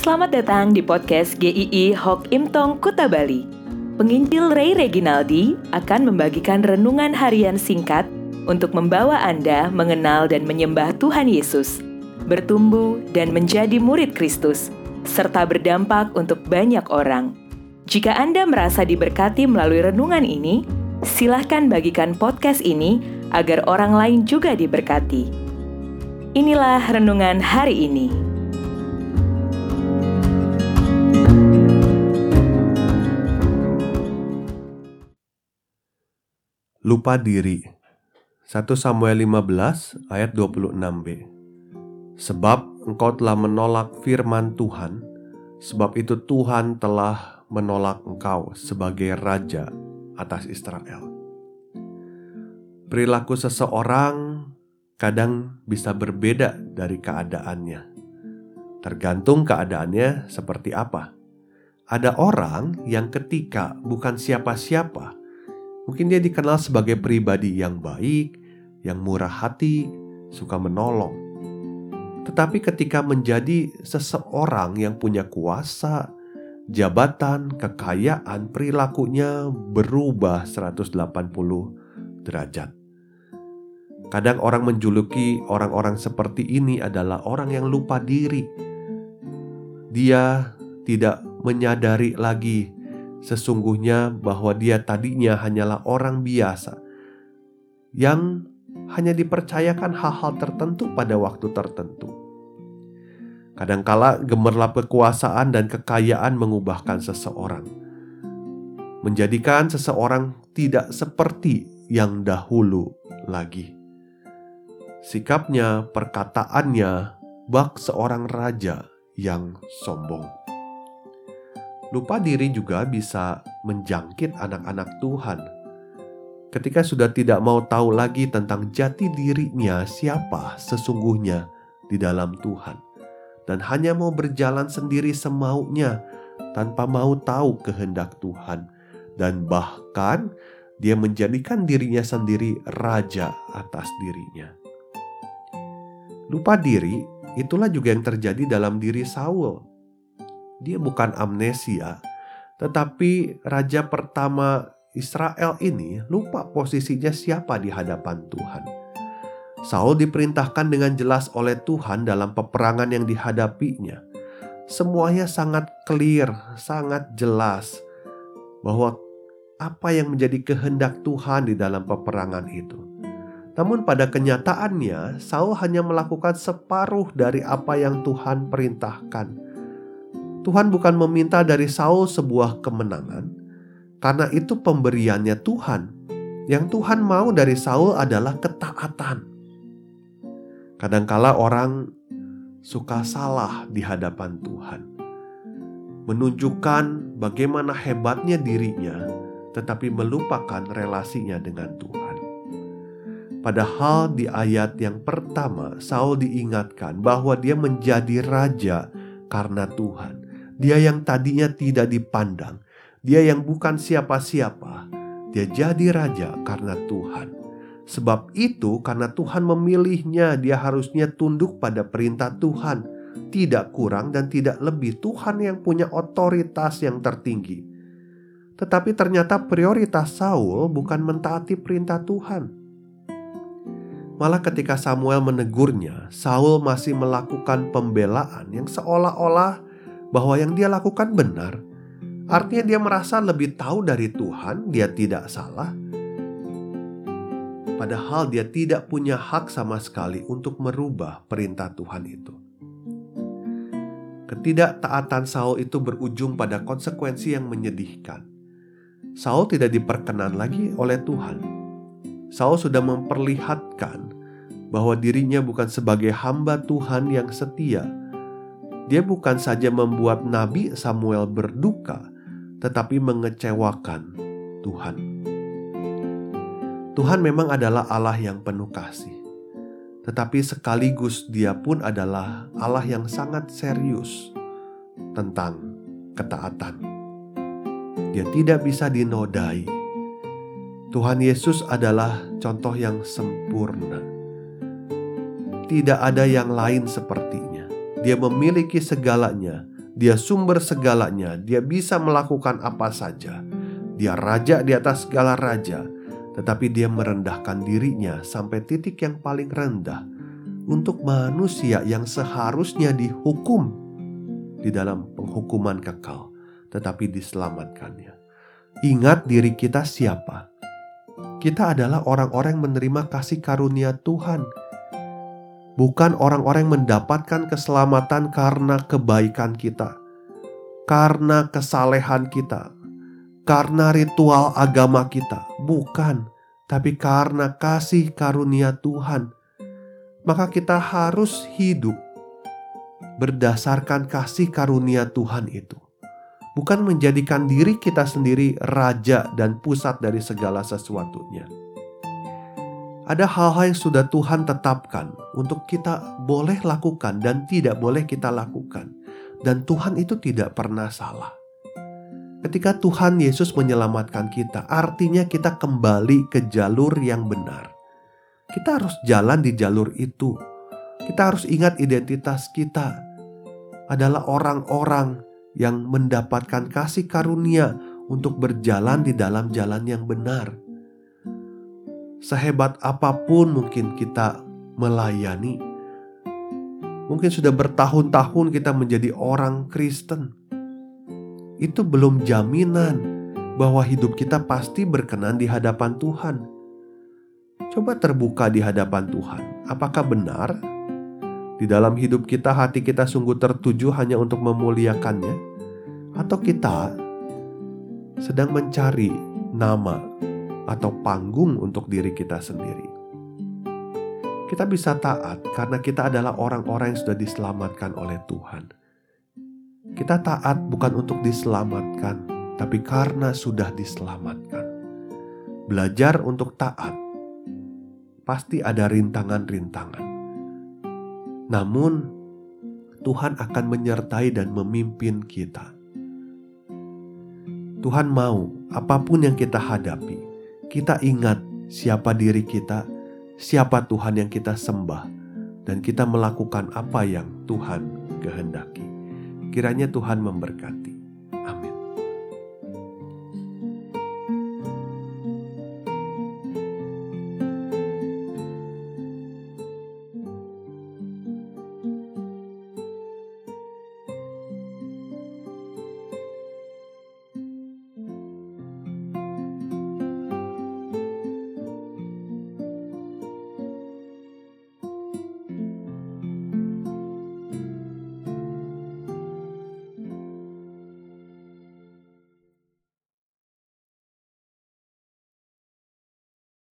Selamat datang di podcast GII Hok Im Tong Kuta Bali. Penginjil Ray Reginaldi akan membagikan renungan harian singkat untuk membawa Anda mengenal dan menyembah Tuhan Yesus, bertumbuh dan menjadi murid Kristus, serta berdampak untuk banyak orang. Jika Anda merasa diberkati melalui renungan ini, silahkan bagikan podcast ini agar orang lain juga diberkati. Inilah renungan hari ini. Lupa diri. 1 Samuel 15 ayat 26b. Sebab engkau telah menolak firman Tuhan, sebab itu Tuhan telah menolak engkau sebagai raja atas Israel. Perilaku seseorang kadang bisa berbeda dari keadaannya. Tergantung keadaannya seperti apa. Ada orang yang ketika bukan siapa-siapa, mungkin dia dikenal sebagai pribadi yang baik, yang murah hati, suka menolong. Tetapi ketika menjadi seseorang yang punya kuasa, jabatan, kekayaan, perilakunya berubah 180 derajat. Kadang orang menjuluki orang-orang seperti ini adalah orang yang lupa diri. Dia tidak menyadari lagi sesungguhnya bahwa dia tadinya hanyalah orang biasa yang hanya dipercayakan hal-hal tertentu pada waktu tertentu. Kadangkala gemerlap kekuasaan dan kekayaan mengubahkan seseorang, menjadikan seseorang tidak seperti yang dahulu lagi. Sikapnya, perkataannya, bak seorang raja yang sombong. Lupa diri juga bisa menjangkit anak-anak Tuhan. Ketika sudah tidak mau tahu lagi tentang jati dirinya siapa sesungguhnya di dalam Tuhan, dan hanya mau berjalan sendiri semaunya tanpa mau tahu kehendak Tuhan, dan bahkan dia menjadikan dirinya sendiri raja atas dirinya. Lupa diri itulah juga yang terjadi dalam diri Saul. Dia bukan amnesia, tetapi raja pertama Israel ini lupa posisinya siapa di hadapan Tuhan. Saul diperintahkan dengan jelas oleh Tuhan dalam peperangan yang dihadapinya. Semuanya sangat clear, sangat jelas bahwa apa yang menjadi kehendak Tuhan di dalam peperangan itu. Namun pada kenyataannya, Saul hanya melakukan separuh dari apa yang Tuhan perintahkan. Tuhan bukan meminta dari Saul sebuah kemenangan, karena itu pemberiannya Tuhan. Yang Tuhan mau dari Saul adalah ketaatan. Kadangkala orang suka salah di hadapan Tuhan, menunjukkan bagaimana hebatnya dirinya, tetapi melupakan relasinya dengan Tuhan. Padahal di ayat yang pertama, Saul diingatkan bahwa dia menjadi raja karena Tuhan. Dia yang tadinya tidak dipandang, dia yang bukan siapa-siapa, dia jadi raja karena Tuhan. Sebab itu, karena Tuhan memilihnya, dia harusnya tunduk pada perintah Tuhan. Tidak kurang dan tidak lebih, Tuhan yang punya otoritas yang tertinggi. Tetapi ternyata prioritas Saul bukan mentaati perintah Tuhan. Malah ketika Samuel menegurnya, Saul masih melakukan pembelaan yang seolah-olah bahwa yang dia lakukan benar. Artinya dia merasa lebih tahu dari Tuhan, dia tidak salah. Padahal dia tidak punya hak sama sekali untuk merubah perintah Tuhan itu. Ketidaktaatan Saul itu berujung pada konsekuensi yang menyedihkan. Saul tidak diperkenan lagi oleh Tuhan. Saul sudah memperlihatkan bahwa dirinya bukan sebagai hamba Tuhan yang setia. Dia bukan saja membuat Nabi Samuel berduka, tetapi mengecewakan Tuhan. Tuhan memang adalah Allah yang penuh kasih, tetapi sekaligus Dia pun adalah Allah yang sangat serius tentang ketaatan. Dia tidak bisa dinodai. Tuhan Yesus adalah contoh yang sempurna. Tidak ada yang lain sepertinya. Dia memiliki segalanya Dia sumber segalanya, dia bisa melakukan apa saja. Dia raja di atas segala raja, tetapi dia merendahkan dirinya sampai titik yang paling rendah untuk manusia yang seharusnya dihukum di dalam penghukuman kekal, tetapi diselamatkannya. Ingat diri kita siapa? Kita adalah orang-orang yang menerima kasih karunia Tuhan, bukan orang-orang yang mendapatkan keselamatan karena kebaikan kita, karena kesalehan kita, karena ritual agama kita. Bukan, tapi karena kasih karunia Tuhan. Maka kita harus hidup berdasarkan kasih karunia Tuhan itu, bukan menjadikan diri kita sendiri raja dan pusat dari segala sesuatunya. Ada hal-hal yang sudah Tuhan tetapkan untuk kita boleh lakukan dan tidak boleh kita lakukan. Dan Tuhan itu tidak pernah salah. Ketika Tuhan Yesus menyelamatkan kita, artinya kita kembali ke jalur yang benar. Kita harus jalan di jalur itu. Kita harus ingat identitas kita adalah orang-orang yang mendapatkan kasih karunia untuk berjalan di dalam jalan yang benar. Sehebat apapun mungkin kita melayani, mungkin sudah bertahun-tahun kita menjadi orang Kristen, itu belum jaminan bahwa hidup kita pasti berkenan di hadapan Tuhan. Coba terbuka di hadapan Tuhan. Apakah benar di dalam hidup kita hati kita sungguh tertuju hanya untuk memuliakannya? Atau kita sedang mencari nama atau panggung untuk diri kita sendiri? Kita bisa taat karena kita adalah orang-orang yang sudah diselamatkan oleh Tuhan. Kita taat bukan untuk diselamatkan, tapi karena sudah diselamatkan. Belajar untuk taat pasti ada rintangan-rintangan. Namun Tuhan akan menyertai dan memimpin kita. Tuhan mau apapun yang kita hadapi, kita ingat siapa diri kita, siapa Tuhan yang kita sembah, dan kita melakukan apa yang Tuhan kehendaki. Kiranya Tuhan memberkati.